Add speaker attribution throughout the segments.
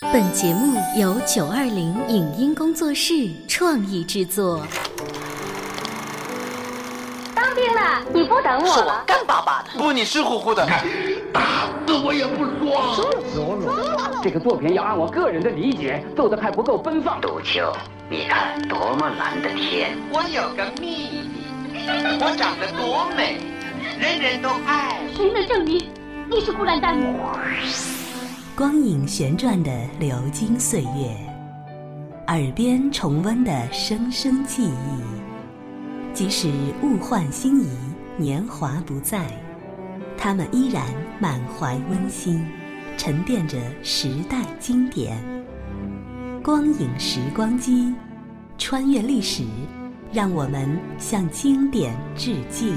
Speaker 1: 本节目由920影音工作室创意制作。
Speaker 2: 当兵了，你不等我了？
Speaker 3: 是我干巴巴的，
Speaker 4: 不，你湿乎乎的。
Speaker 5: 打死我也不说。
Speaker 6: 这个作品要按我个人的理解做的还不够奔放。
Speaker 7: 杜秋，你看多么蓝的天！
Speaker 3: 我有个秘密，我长得多美，人人都爱。
Speaker 2: 谁能证明你是孤兰丹母？
Speaker 1: 光影旋转的流金岁月，耳边重温的声声记忆。即使物换星移，年华不再，他们依然满怀温馨，沉淀着时代经典。光影时光机，穿越历史，让我们向经典致敬。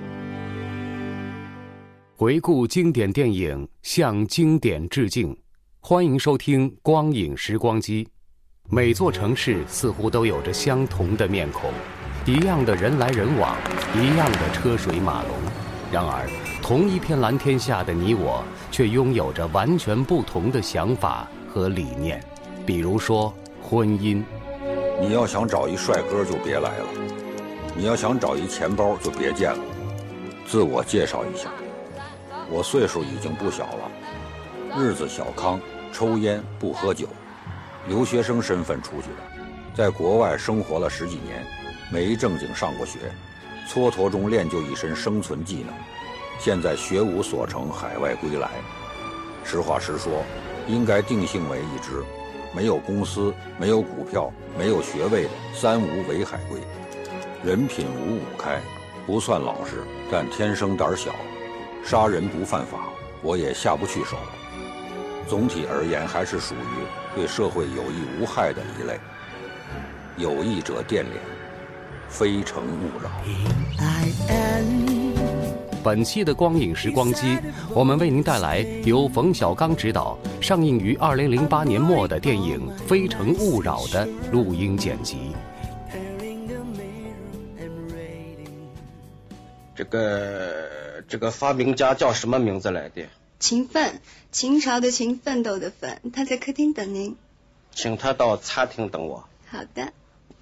Speaker 8: 回顾经典电影，向经典致敬。欢迎收听光影时光机。每座城市似乎都有着相同的面孔，一样的人来人往，一样的车水马龙。然而同一片蓝天下的你我，却拥有着完全不同的想法和理念。比如说婚姻，
Speaker 9: 你要想找一帅哥就别来了，你要想找一钱包就别见了。自我介绍一下，我岁数已经不小了，日子小康，抽烟不喝酒，留学生身份出去的，在国外生活了10几年，没正经上过学，蹉跎中练就一身生存技能，现在学无所成，海外归来。实话实说，应该定性为一只没有公司、没有股票、没有学位的3无伪海归，人品5五开，不算老实，但天生胆小，杀人不犯法，我也下不去手。总体而言，还是属于对社会有益无害的一类。有意者电联，非诚勿扰。
Speaker 8: 本期的光影时光机，我们为您带来由冯小刚执导、上映于2008年末的电影《非诚勿扰》的录音剪辑。
Speaker 10: 这个发明家叫什么名字来的？
Speaker 11: 秦奋，秦朝的秦，奋斗的奋，他在客厅等您。
Speaker 10: 请他到餐厅等我。
Speaker 11: 好的。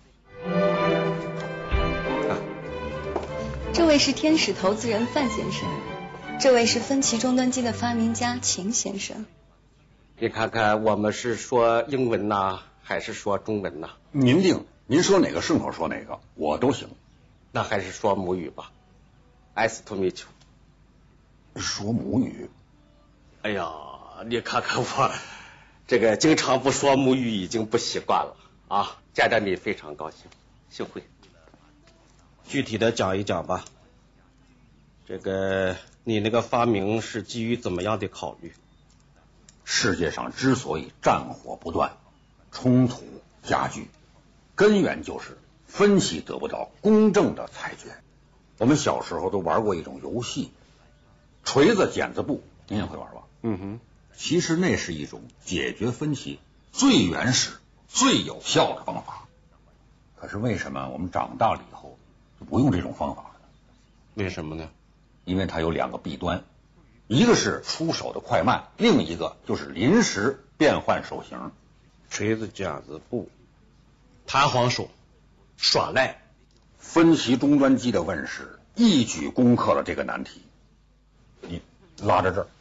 Speaker 11: 这位是天使投资人范先生，这位是分歧终端机的发明家秦先生。
Speaker 10: 你看看，我们是说英文呐，还是说中文呐？
Speaker 5: 您定，您说哪个顺口说哪个，我都行。
Speaker 10: 那还是说母语吧。Nice to meet you。
Speaker 5: 说母语？
Speaker 10: 哎呀，你看看我，这个经常不说母语已经不习惯了啊！见着你非常高兴，幸会。具体的讲一讲吧。这个你那个发明是基于怎么样的考虑？
Speaker 5: 世界上之所以战火不断，冲突加剧，根源就是分析得不到公正的裁决。我们小时候都玩过一种游戏，锤子剪子布，您也会玩吧？
Speaker 10: 嗯哼。
Speaker 5: 其实那是一种解决分歧最原始、最有效的方法。可是为什么我们长大了以后就不用这种方法了呢？
Speaker 10: 为什么呢？
Speaker 5: 因为它有2个弊端，一个是出手的快慢，另一个就是临时变换手型。
Speaker 10: 锤子剪子布，弹簧手，耍赖。
Speaker 5: 分歧终端机的问世一举攻克了这个难题。你拉着这儿，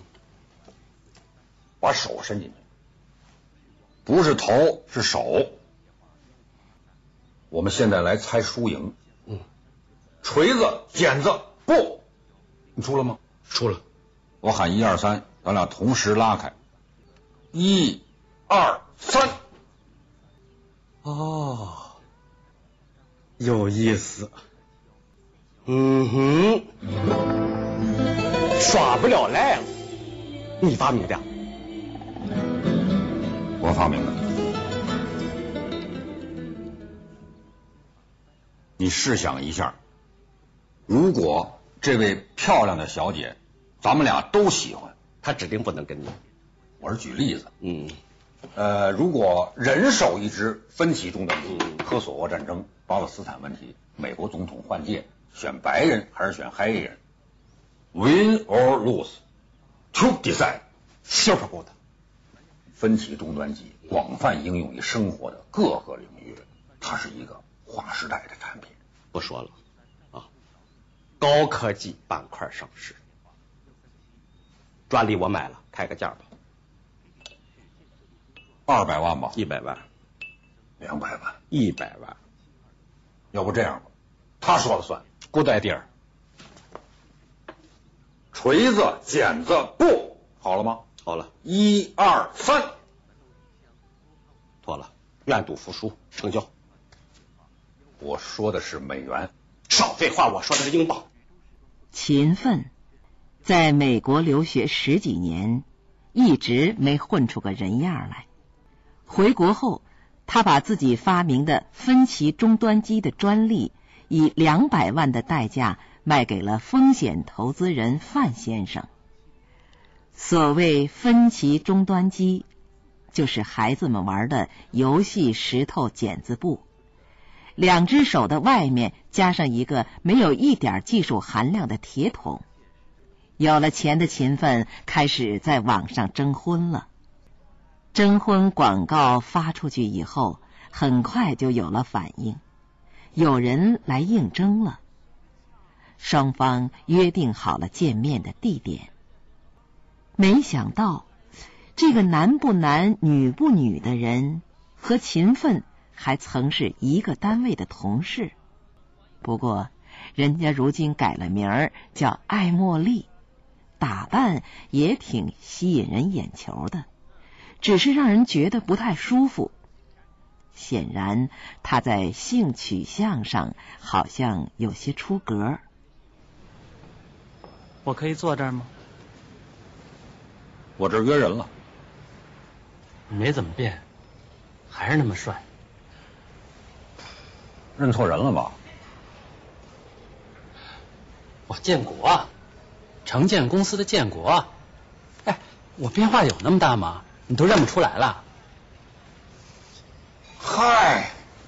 Speaker 5: 把手伸进去，不是头是手。我们现在来猜输赢。锤子剪子布，你出了吗？
Speaker 10: 出了。
Speaker 5: 我喊1、2、3，咱俩同时拉开。1、2、3。
Speaker 10: 哦，有意思。嗯哼，耍不了赖了。你发明的？
Speaker 5: 我发明的。你试想一下，如果这位漂亮的小姐，咱们俩都喜欢，
Speaker 10: 她指定不能跟你。
Speaker 5: 我是举例子。如果人手一支分歧终端机，科索沃战争、巴勒斯坦问题、美国总统换届，选白人还是选黑人 ？Win or lose, to decide.
Speaker 10: Super good.
Speaker 5: 分歧终端机广泛应用于生活的各个领域，它是一个划时代的产品。
Speaker 10: 不说了啊，高科技板块上市，专利我买了，开个价吧。
Speaker 5: 200万吧
Speaker 10: ？100万
Speaker 5: ？200万
Speaker 10: ？100万。
Speaker 5: 要不这样吧，他说了算。
Speaker 10: Good idea。
Speaker 5: 锤子、剪子、布，好了吗？
Speaker 10: 好了。
Speaker 5: 1、2、3，
Speaker 10: 妥了。愿赌服输，成交。
Speaker 5: 我说的是美元。
Speaker 10: 少废话，我说的是英镑。
Speaker 4: 勤奋，在美国留学10几年，一直没混出个人样来。回国后，他把自己发明的分歧终端机的专利以200万的代价卖给了风险投资人范先生。所谓分歧终端机，就是孩子们玩的游戏石头剪子布，2只手的外面加上一个没有一点技术含量的铁桶。有了钱的勤奋开始在网上征婚了。征婚广告发出去以后，很快就有了反应，有人来应征了。双方约定好了见面的地点。没想到这个男不男女不女的人和勤奋还曾是一个单位的同事，不过人家如今改了名儿叫艾茉莉，打扮也挺吸引人眼球的，只是让人觉得不太舒服。显然他在性取向上好像有些出格。
Speaker 12: 我可以坐这儿吗？
Speaker 5: 我这儿约人了。
Speaker 12: 你没怎么变，还是那么帅。
Speaker 5: 认错人了吧？
Speaker 12: 我建国啊，城建公司的建国啊。哎，我变化有那么大吗？你都认不出来了？
Speaker 5: 嗨，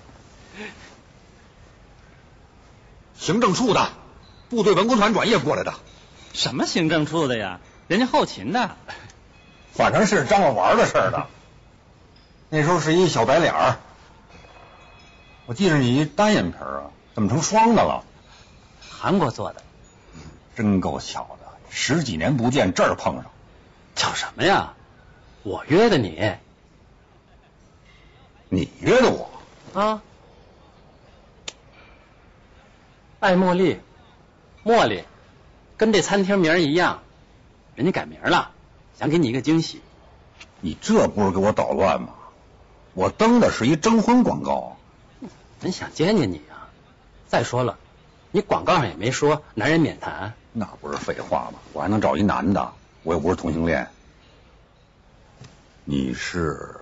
Speaker 5: 行政处的，部队文工团转业过来的。
Speaker 12: 什么行政处的呀？人家后勤的。
Speaker 5: 反正是张罗玩的事儿的。那时候是一小白脸儿，我记着你单眼皮啊，怎么成双的了？
Speaker 12: 韩国做的。
Speaker 5: 真够巧的，10几年不见，这儿碰上。
Speaker 12: 巧什么呀？我约的你。
Speaker 5: 你约的我
Speaker 12: 啊？艾茉莉，茉莉，跟这餐厅名一样，人家改名了，想给你一个惊喜。
Speaker 5: 你这不是给我捣乱吗？我登的是一征婚广告。
Speaker 12: 人想见见你啊！再说了，你广告上也没说男人免谈。
Speaker 5: 那不是废话吗？我还能找一男的，我又不是同性恋。你是？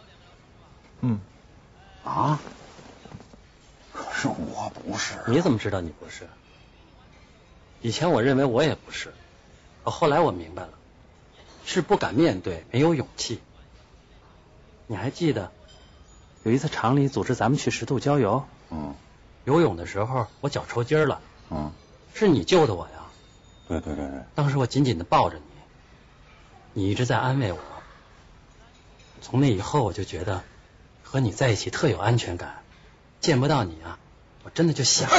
Speaker 5: 啊？可是我不是。
Speaker 12: 你怎么知道你不是？以前我认为我也不是，后来我明白了，是不敢面对，没有勇气。你还记得有一次厂里组织咱们去10渡郊游，游泳的时候我脚抽筋了，是你救的我呀。
Speaker 5: 对，
Speaker 12: 当时我紧紧地抱着你，你一直在安慰我。从那以后我就觉得和你在一起特有安全感，见不到你啊，我真的就想。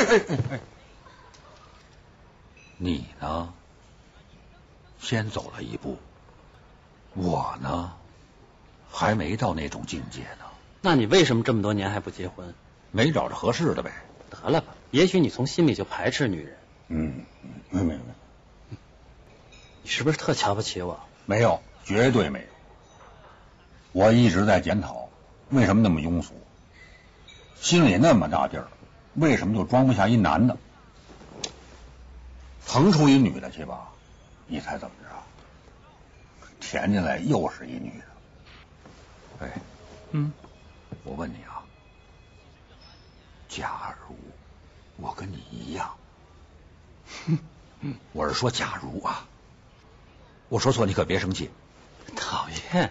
Speaker 5: 你呢，先走了一步，我呢，还没到那种境界呢。
Speaker 12: 那你为什么这么多年还不结婚？
Speaker 5: 没找着合适的呗。
Speaker 12: 得了吧，也许你从心里就排斥女人。
Speaker 5: 没。
Speaker 12: 你是不是特瞧不起我？
Speaker 5: 没有，绝对没有。我一直在检讨，为什么那么庸俗，心里那么大地儿，为什么就装不下一男的？腾出一女的去吧，你猜怎么着？填进来又是一女的。我问你啊，假如我跟你一样，我是说假如啊，我说错你可别生气。
Speaker 12: 讨厌。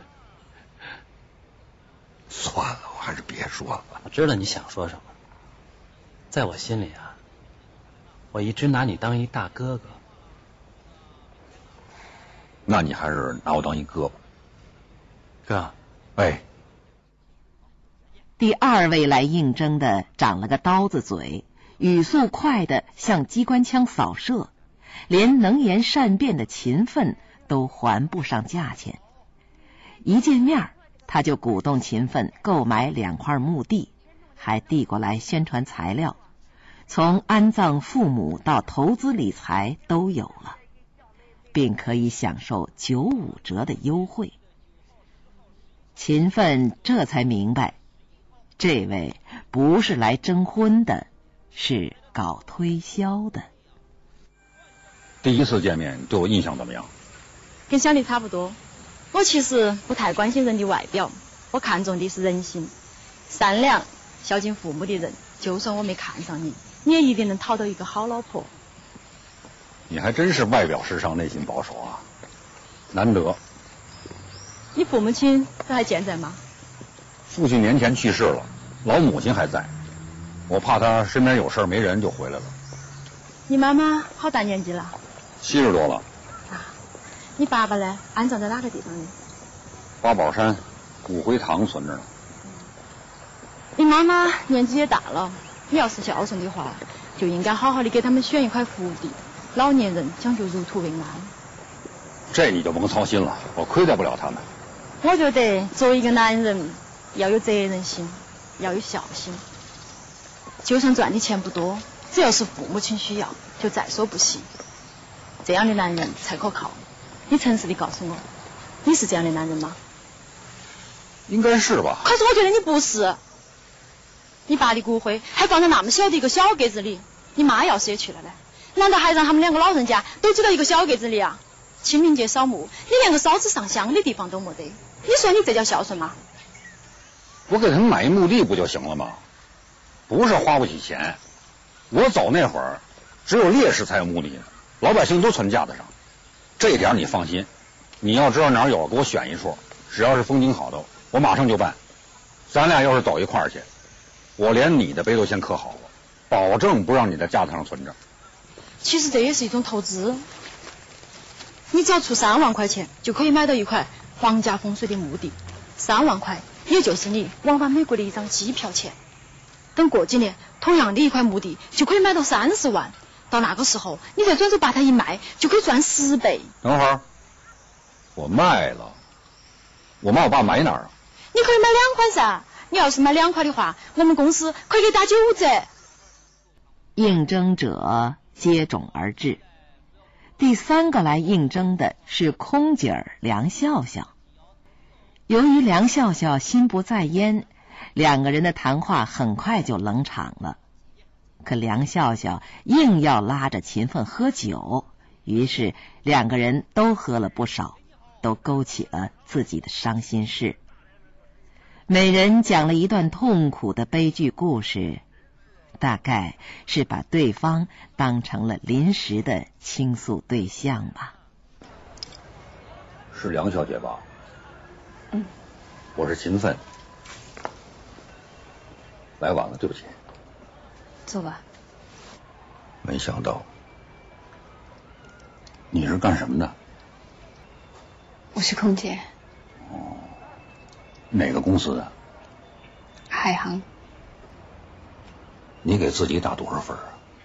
Speaker 5: 算了，我还是别说了。
Speaker 12: 我知道你想说什么，在我心里啊，我一直拿你当一大哥哥。
Speaker 5: 那你还是拿我当一哥吧。
Speaker 12: 哥，
Speaker 5: 哎。
Speaker 4: 第二位来应征的长了个刀子嘴，语速快的像机关枪扫射，连能言善辩的勤奋都还不上价钱。一见面他就鼓动勤奋购买2块墓地，还递过来宣传材料，从安葬父母到投资理财都有了，并可以享受95折的优惠。勤奋这才明白，这位不是来征婚的，是搞推销的。
Speaker 5: 第一次见面对我印象怎么样？
Speaker 13: 跟想的差不多。我其实不太关心人的外表，我看重的是人心。善良、孝敬父母的人，就算我没看上你，你也一定能讨到一个好老婆。
Speaker 5: 你还真是外表时尚，内心保守啊，难得。
Speaker 13: 你父母亲都还健在吗？
Speaker 5: 父亲年前去世了，老母亲还在。我怕他身边有事没人就回来了。
Speaker 13: 你妈妈好大年纪了
Speaker 5: ？70多了。
Speaker 13: 啊，你爸爸呢？安葬在哪个地方呢？
Speaker 5: 八宝山骨灰堂存着呢。
Speaker 13: 你妈妈年纪也大了，你要是孝顺的话，就应该好好的给他们选一块福地。老年人讲究入土为安。
Speaker 5: 这你就甭操心了，我亏待不了他们。
Speaker 13: 我觉得作为一个男人，要有责任心，要有孝心。就算赚的钱不多，只要是父母亲需要，就在所不惜。这样的男人才可靠。你诚实的告诉我，你是这样的男人吗？
Speaker 5: 应该是吧。
Speaker 13: 可是我觉得你不是。你爸的骨灰还放在那么小的一个小格子里，你妈要是也去了呢？难道还让他们2个老人家都挤到一个小格子里啊？清明节扫墓，你连个烧纸上香的地方都没得，你说你这叫孝顺吗？
Speaker 5: 我给他们买一墓地不就行了吗？不是花不起钱。我走那会儿，只有烈士才有墓地呢，老百姓都存架子上。这一点你放心，你要知道哪儿有，给我选一处，只要是风景好的，我马上就办。咱俩要是走一块儿去，我连你的碑都先刻好了，保证不让你在架子上存着。
Speaker 13: 其实这也是一种投资。你只要出3万块钱，就可以买到一块皇家风水的墓地。3万块，也就是你往返美国的一张机票钱。等过几年，同样的一块墓地就可以买到30万。到那个时候，你再转手把它一卖，就可以赚10倍。
Speaker 5: 等会儿，我卖了，我妈我爸埋哪儿啊？
Speaker 13: 你可以买2块噻。你要是买2块的话，我们公司可以给打9折。
Speaker 4: 应征者接踵而至。第3个来应征的是空姐梁笑笑。由于梁笑笑心不在焉，2个人的谈话很快就冷场了。可梁笑笑硬要拉着勤奋喝酒，于是2个人都喝了不少，都勾起了自己的伤心事。每人讲了一段痛苦的悲剧故事，大概是把对方当成了临时的倾诉对象吧。
Speaker 5: 是梁小姐吧？我是勤奋，来晚了，对不起。
Speaker 11: 坐吧。
Speaker 5: 没想到你是干什么的？
Speaker 11: 我是空姐。
Speaker 5: 哦，哪个公司的？
Speaker 11: 海航。
Speaker 5: 你给自己打多少分啊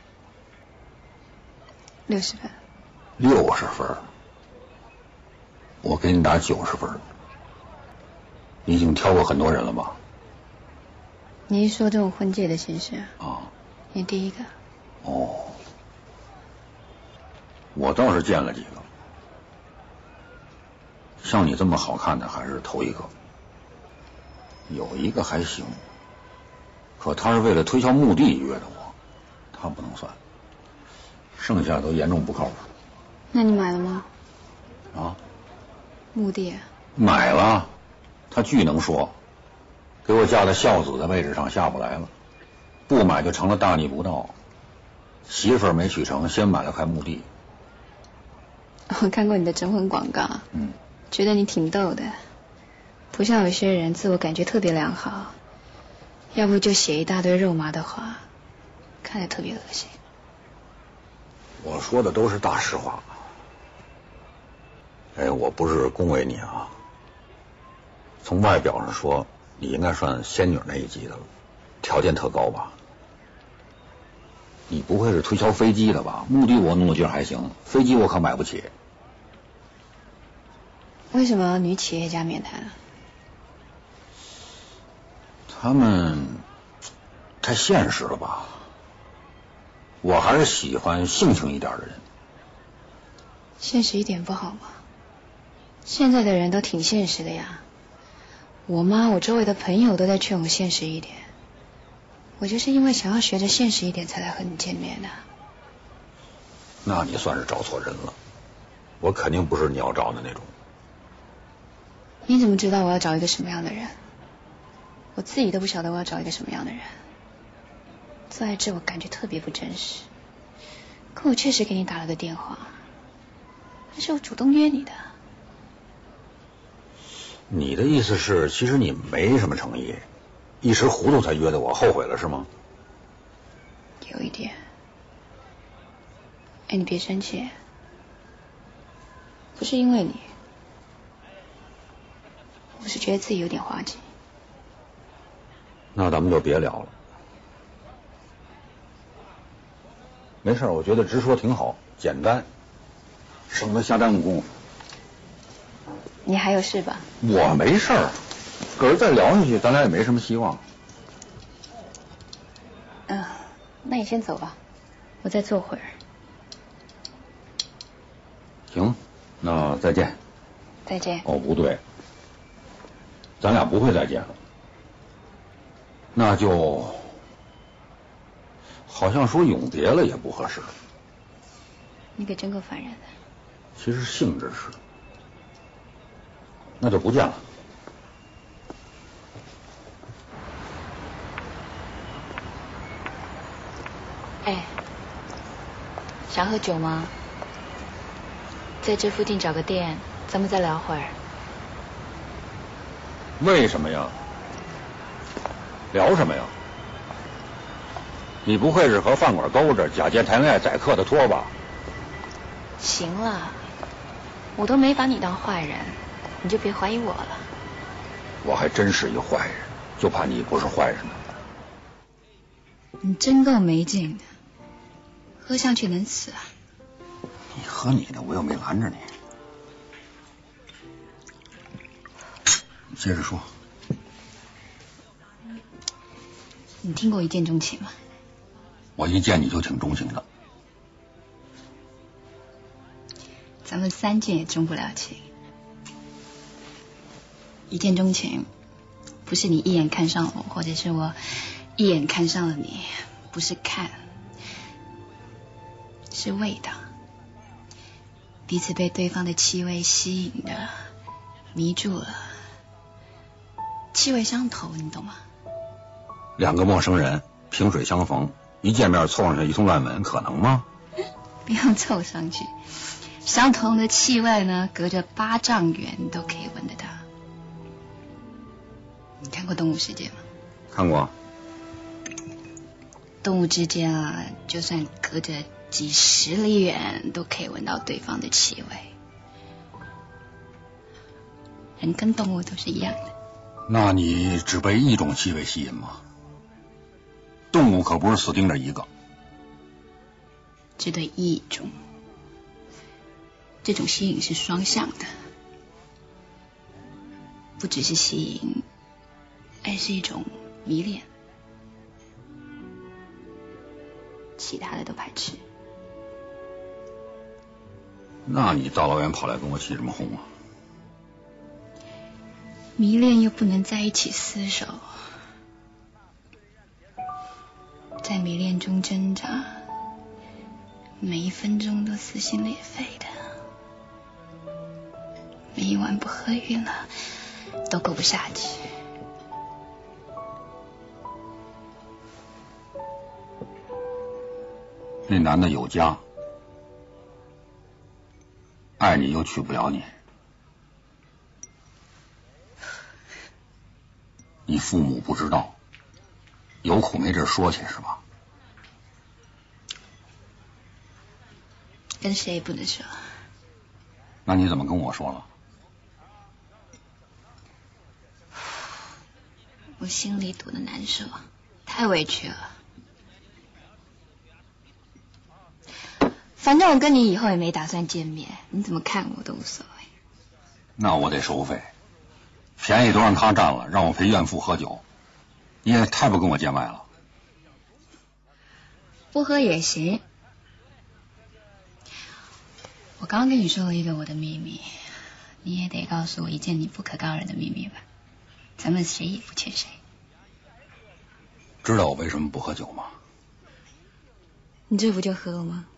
Speaker 11: ？60分。
Speaker 5: 60分？我给你打90分。你已经挑过很多人了吧？
Speaker 11: 你一说这种婚介的形式
Speaker 5: 啊，
Speaker 11: 你第一个。
Speaker 5: 哦，我倒是见了几个，像你这么好看的还是头一个。有一个还行，可他是为了推销墓地约的我，他不能算，剩下都严重不靠谱。
Speaker 11: 那你买了吗？
Speaker 5: 啊？
Speaker 11: 墓地？
Speaker 5: 买了，他巨能说，给我架在孝子的位置上下不来了，不买就成了大逆不道。媳妇儿没娶成，先买了块墓地。
Speaker 11: 我看过你的征婚广告，觉得你挺逗的，不像有些人自我感觉特别良好，要不就写一大堆肉麻的话，看着特别恶心。
Speaker 5: 我说的都是大实话。哎，我不是恭维你啊， 从外表上说，你应该算仙女那一级的了，条件特高吧？你不会是推销飞机的吧？墓地我弄个劲儿还行，飞机我可买不起。
Speaker 11: 为什么女企业家免谈啊？
Speaker 5: 他们太现实了吧？我还是喜欢性情一点的人。
Speaker 11: 现实一点不好吗？现在的人都挺现实的呀。我妈，我周围的朋友都在劝我现实一点。我就是因为想要学着现实一点，才来和你见面的。
Speaker 5: 那你算是找错人了，我肯定不是你要找的那种。
Speaker 11: 你怎么知道我要找一个什么样的人？我自己都不晓得我要找一个什么样的人。做爱之我感觉特别不真实，可我确实给你打了个电话，那是我主动约你的。
Speaker 5: 你的意思是，其实你没什么诚意，一时糊涂才约的我，后悔了是吗？
Speaker 11: 有一点。哎，你别生气，不是因为你，我是觉得自己有点滑稽。
Speaker 5: 那咱们就别聊了。没事，我觉得直说挺好，简单，省得瞎耽误功夫。
Speaker 11: 你还有事吧？
Speaker 5: 我没事儿，可是再聊下去，咱俩也没什么希望。
Speaker 11: 那你先走吧，我再坐会儿。
Speaker 5: 行，那再见。
Speaker 11: 再见。
Speaker 5: 哦，不对，咱俩不会再见了。那就好像说永别了也不合适。
Speaker 11: 你可真够烦人的。
Speaker 5: 其实性质是。那就不见了。
Speaker 11: 哎，想喝酒吗？在这附近找个店，咱们再聊会儿。
Speaker 5: 为什么呀？聊什么呀？你不会是和饭馆勾着假借谈恋爱宰客的托吧？
Speaker 11: 行了，我都没把你当坏人，你就别怀疑我了。
Speaker 5: 我还真是一个坏人，就怕你不是坏人呢。
Speaker 11: 你真够没劲的，喝上去能死啊！
Speaker 5: 你喝你的，我又没拦着你。你接着说。
Speaker 11: 你听过一见钟情吗？
Speaker 5: 我一见你就挺钟情的。
Speaker 11: 咱们3见也钟不了情。一见钟情，不是你一眼看上我，或者是我一眼看上了你，不是看，是味道。彼此被对方的气味吸引的，迷住了，气味相投，你懂吗？
Speaker 5: 两个陌生人萍水相逢，一见面凑上去一通乱吻，可能吗？
Speaker 11: 不用凑上去，相同的气味呢，隔着8丈远都可以闻得到。你看过《动物世界》吗？
Speaker 5: 看过。
Speaker 11: 动物之间啊，就算隔着几十里远，都可以闻到对方的气味。人跟动物都是一样的。
Speaker 5: 那你只被一种气味吸引吗？动物可不是死盯着一个。
Speaker 11: 只对一种，这种吸引是双向的，不只是吸引，而是一种迷恋，其他的都排斥。
Speaker 5: 那你大老远跑来跟我起什么哄啊？
Speaker 11: 迷恋又不能在一起厮守，在迷恋中挣扎，每一分钟都撕心裂肺的，每一晚不喝晕了都过不下去。
Speaker 5: 那男的有家，爱你又娶不了你，你父母不知道，有苦没地说去是吧？
Speaker 11: 跟谁也不能说。
Speaker 5: 那你怎么跟我说了？
Speaker 11: 我心里堵得难受，太委屈了。反正我跟你以后也没打算见面，你怎么看我都无所谓。
Speaker 5: 那我得收费，便宜都让他占了，让我陪怨妇喝酒，你也太不跟我见外了。
Speaker 11: 不喝也行。我刚跟你说了一个我的秘密，你也得告诉我一件你不可告人的秘密吧，咱们谁也不欠谁。
Speaker 5: 知道我为什么不喝酒吗？
Speaker 11: 你这不就喝了吗？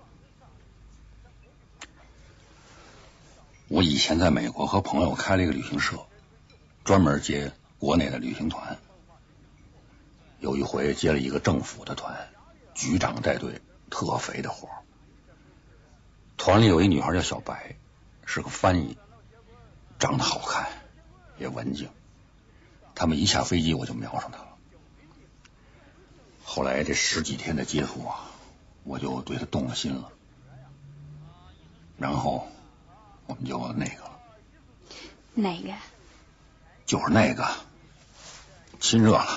Speaker 5: 我以前在美国和朋友开了一个旅行社，专门接国内的旅行团。有一回接了一个政府的团，局长带队，特肥的活。团里有一女孩叫小白，是个翻译，长得好看，也文静。他们一下飞机我就瞄上她了。后来这10几天的接触啊，我就对她动了心了。然后我们就那个了。
Speaker 11: 哪个？
Speaker 5: 就是那个，亲热了。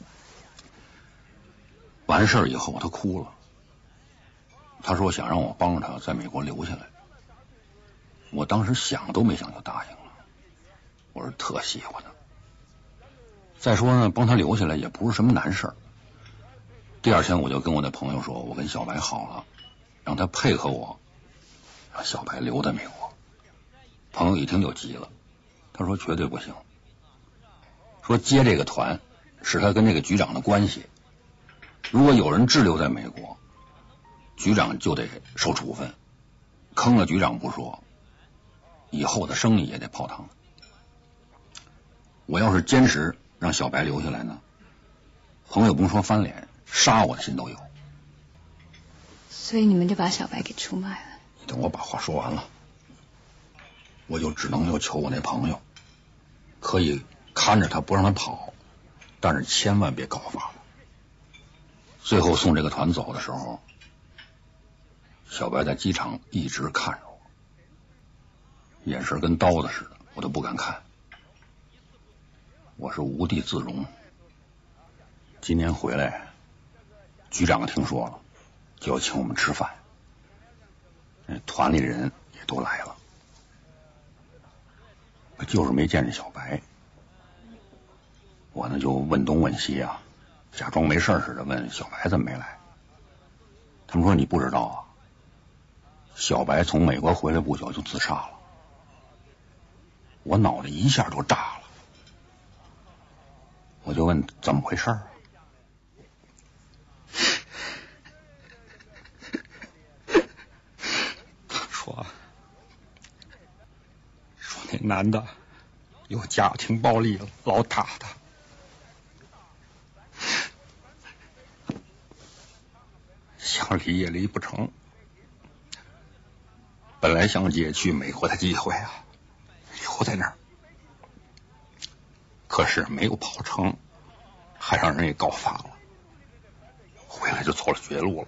Speaker 5: 完事儿以后，他哭了。他说想让我帮着他在美国留下来。我当时想都没想就答应了。我是特喜欢他。再说呢，帮他留下来也不是什么难事儿。第二天我就跟我的朋友说，我跟小白好了，让他配合我，让小白留在美国。朋友一听就急了，他说绝对不行，说接这个团是他跟这个局长的关系，如果有人滞留在美国，局长就得受处分，坑了局长不说，以后的生意也得泡汤。我要是坚持让小白留下来呢，朋友甭说翻脸，杀我的心都有。
Speaker 11: 所以你们就把小白给出卖了？
Speaker 5: 你等我把话说完了，我就只能要求我那朋友可以看着他不让他跑，但是千万别搞发了。最后送这个团走的时候，小白在机场一直看着我，眼神跟刀子似的，我都不敢看。我是无地自容。今年回来，局长听说了，就要请我们吃饭，团里人也都来了。我就是没见着小白，我呢就问东问西啊，假装没事似的问小白怎么没来。他们说你不知道啊，小白从美国回来不久就自杀了。我脑袋一下就炸了，我就问怎么回事啊？他说那男的有家庭暴力了，老打他。想离也离不成，本来想借去美国的机会啊，留在那儿，可是没有跑成，还让人给告发了，回来就走了绝路了。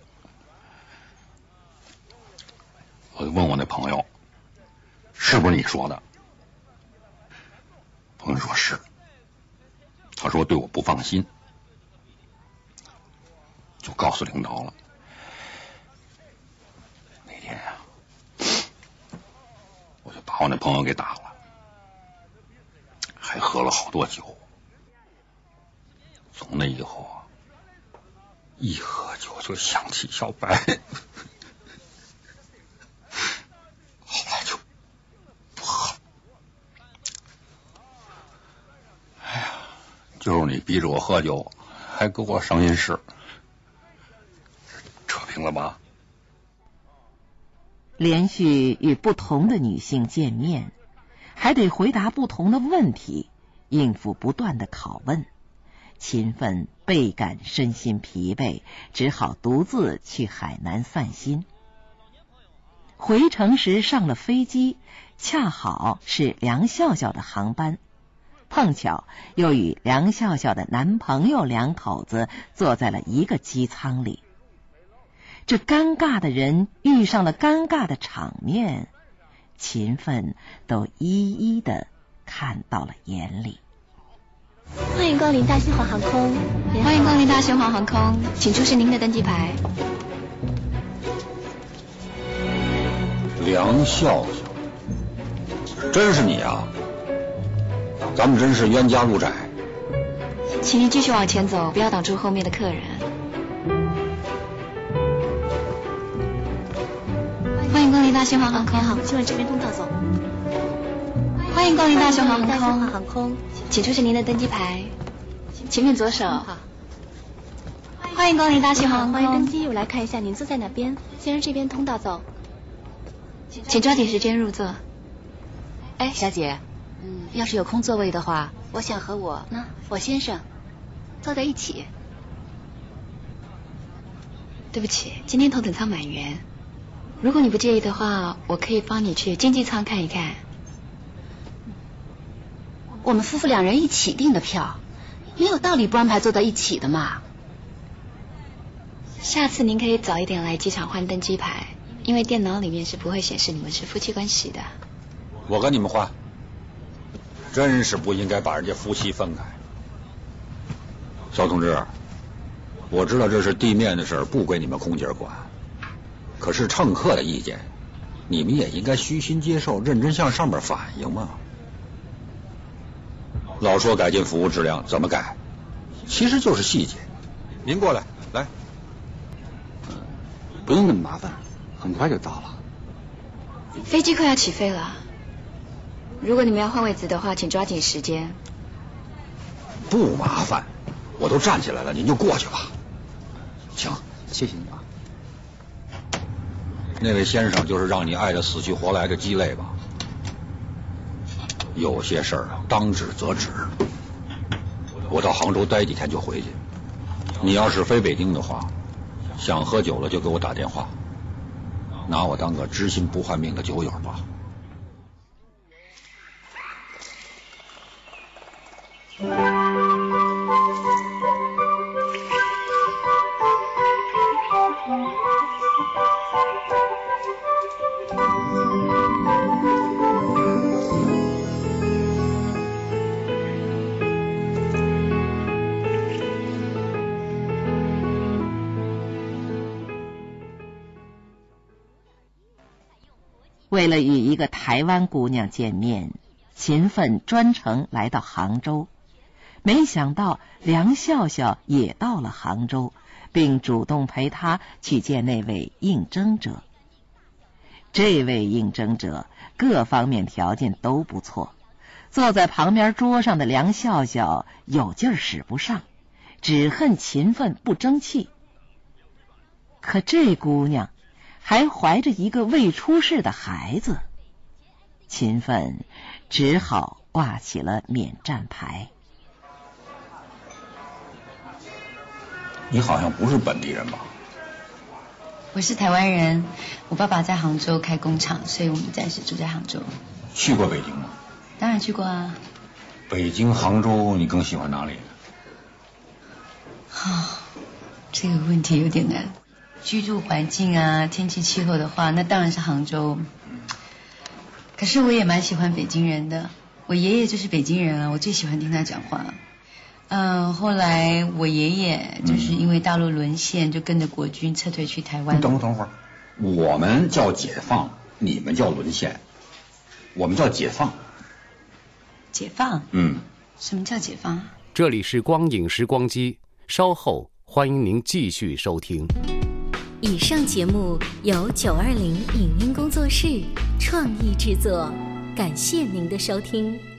Speaker 5: 我就问我那朋友，是不是你说的？朋友说是，他说对我不放心，就告诉领导了。那天啊，我就把我那朋友给打了，还喝了好多酒。从那以后啊，一喝酒就想起小白，后来就不喝了。哎呀，就是你逼着我喝酒，还给我伤心事，扯平了吧？
Speaker 4: 连续与不同的女性见面，还得回答不同的问题，应付不断的拷问，勤奋倍感身心疲惫，只好独自去海南散心。回程时上了飞机，恰好是梁笑笑的航班，碰巧又与梁笑笑的男朋友两口子坐在了一个机舱里。这尴尬的人遇上了尴尬的场面，勤奋都一一的看到了眼里。
Speaker 11: 哎
Speaker 2: 迎光临大西华航空。
Speaker 11: 欢迎光临大西华航空，请出示您的登机牌。
Speaker 5: 梁笑笑，真是你啊！咱们真是冤家路窄。
Speaker 11: 请您继续往前走，不要挡住后面的客人。欢迎光临大西华航空。
Speaker 2: 好，请往这边通道走。
Speaker 11: 欢迎光临大西华
Speaker 2: 航空，
Speaker 11: 请出示您的登机牌。前面左手。好。欢迎光临大西华航空。
Speaker 2: 欢迎登机，我来看一下您坐在哪边。先生这边通道走。
Speaker 11: 请抓紧时间入座。
Speaker 14: 哎，小姐，要是有空座位的话，我想和我先生坐在一起。
Speaker 11: 对不起，今天头等舱满员。如果你不介意的话，我可以帮你去经济舱看一看。
Speaker 14: 我们夫妇两人一起订的票，没有道理不安排坐在一起的嘛。
Speaker 11: 下次您可以早一点来机场换登机牌，因为电脑里面是不会显示你们是夫妻关系的。
Speaker 5: 我跟你们换，真是不应该把人家夫妻分开。肖同志，我知道这是地面的事儿，不归你们空姐管。可是乘客的意见，你们也应该虚心接受，认真向上面反映嘛。老说改进服务质量，怎么改？其实就是细节。您过来，来。
Speaker 10: 不用那么麻烦，很快就到了。
Speaker 11: 飞机快要起飞了，如果你们要换位子的话，请抓紧时间。
Speaker 5: 不麻烦，我都站起来了，您就过去吧。请，
Speaker 10: 谢谢你啊。
Speaker 5: 那位先生就是让你爱得死去活来的鸡肋吧？有些事儿当止则止。我到杭州待几天就回去。你要是飞北京的话，想喝酒了就给我打电话，拿我当个知心不换命的酒友吧。
Speaker 4: 为了与一个台湾姑娘见面，秦奋专程来到杭州，没想到梁笑笑也到了杭州，并主动陪他去见那位应征者。这位应征者各方面条件都不错，坐在旁边桌上的梁笑笑有劲儿使不上，只恨秦奋不争气。可这姑娘还怀着一个未出世的孩子，秦奋只好挂起了免战牌。
Speaker 5: 你好像不是本地人吧？
Speaker 15: 我是台湾人，我爸爸在杭州开工厂，所以我们暂时住在杭州。
Speaker 5: 去过北京吗？
Speaker 15: 当然去过啊。
Speaker 5: 北京、杭州，你更喜欢哪里？
Speaker 15: 这个问题有点难。居住环境啊，天气气候的话，那当然是杭州。可是我也蛮喜欢北京人的，我爷爷就是北京人啊，我最喜欢听他讲话。后来我爷爷就是因为大陆沦陷，就跟着国军撤退去台湾。
Speaker 5: 等会儿，我们叫解放，你们叫沦陷，我们叫解放。
Speaker 15: 解放？什么叫解放？
Speaker 8: 这里是光影时光机，稍后欢迎您继续收听。
Speaker 1: 以上节目由920影音工作室创意制作，感谢您的收听。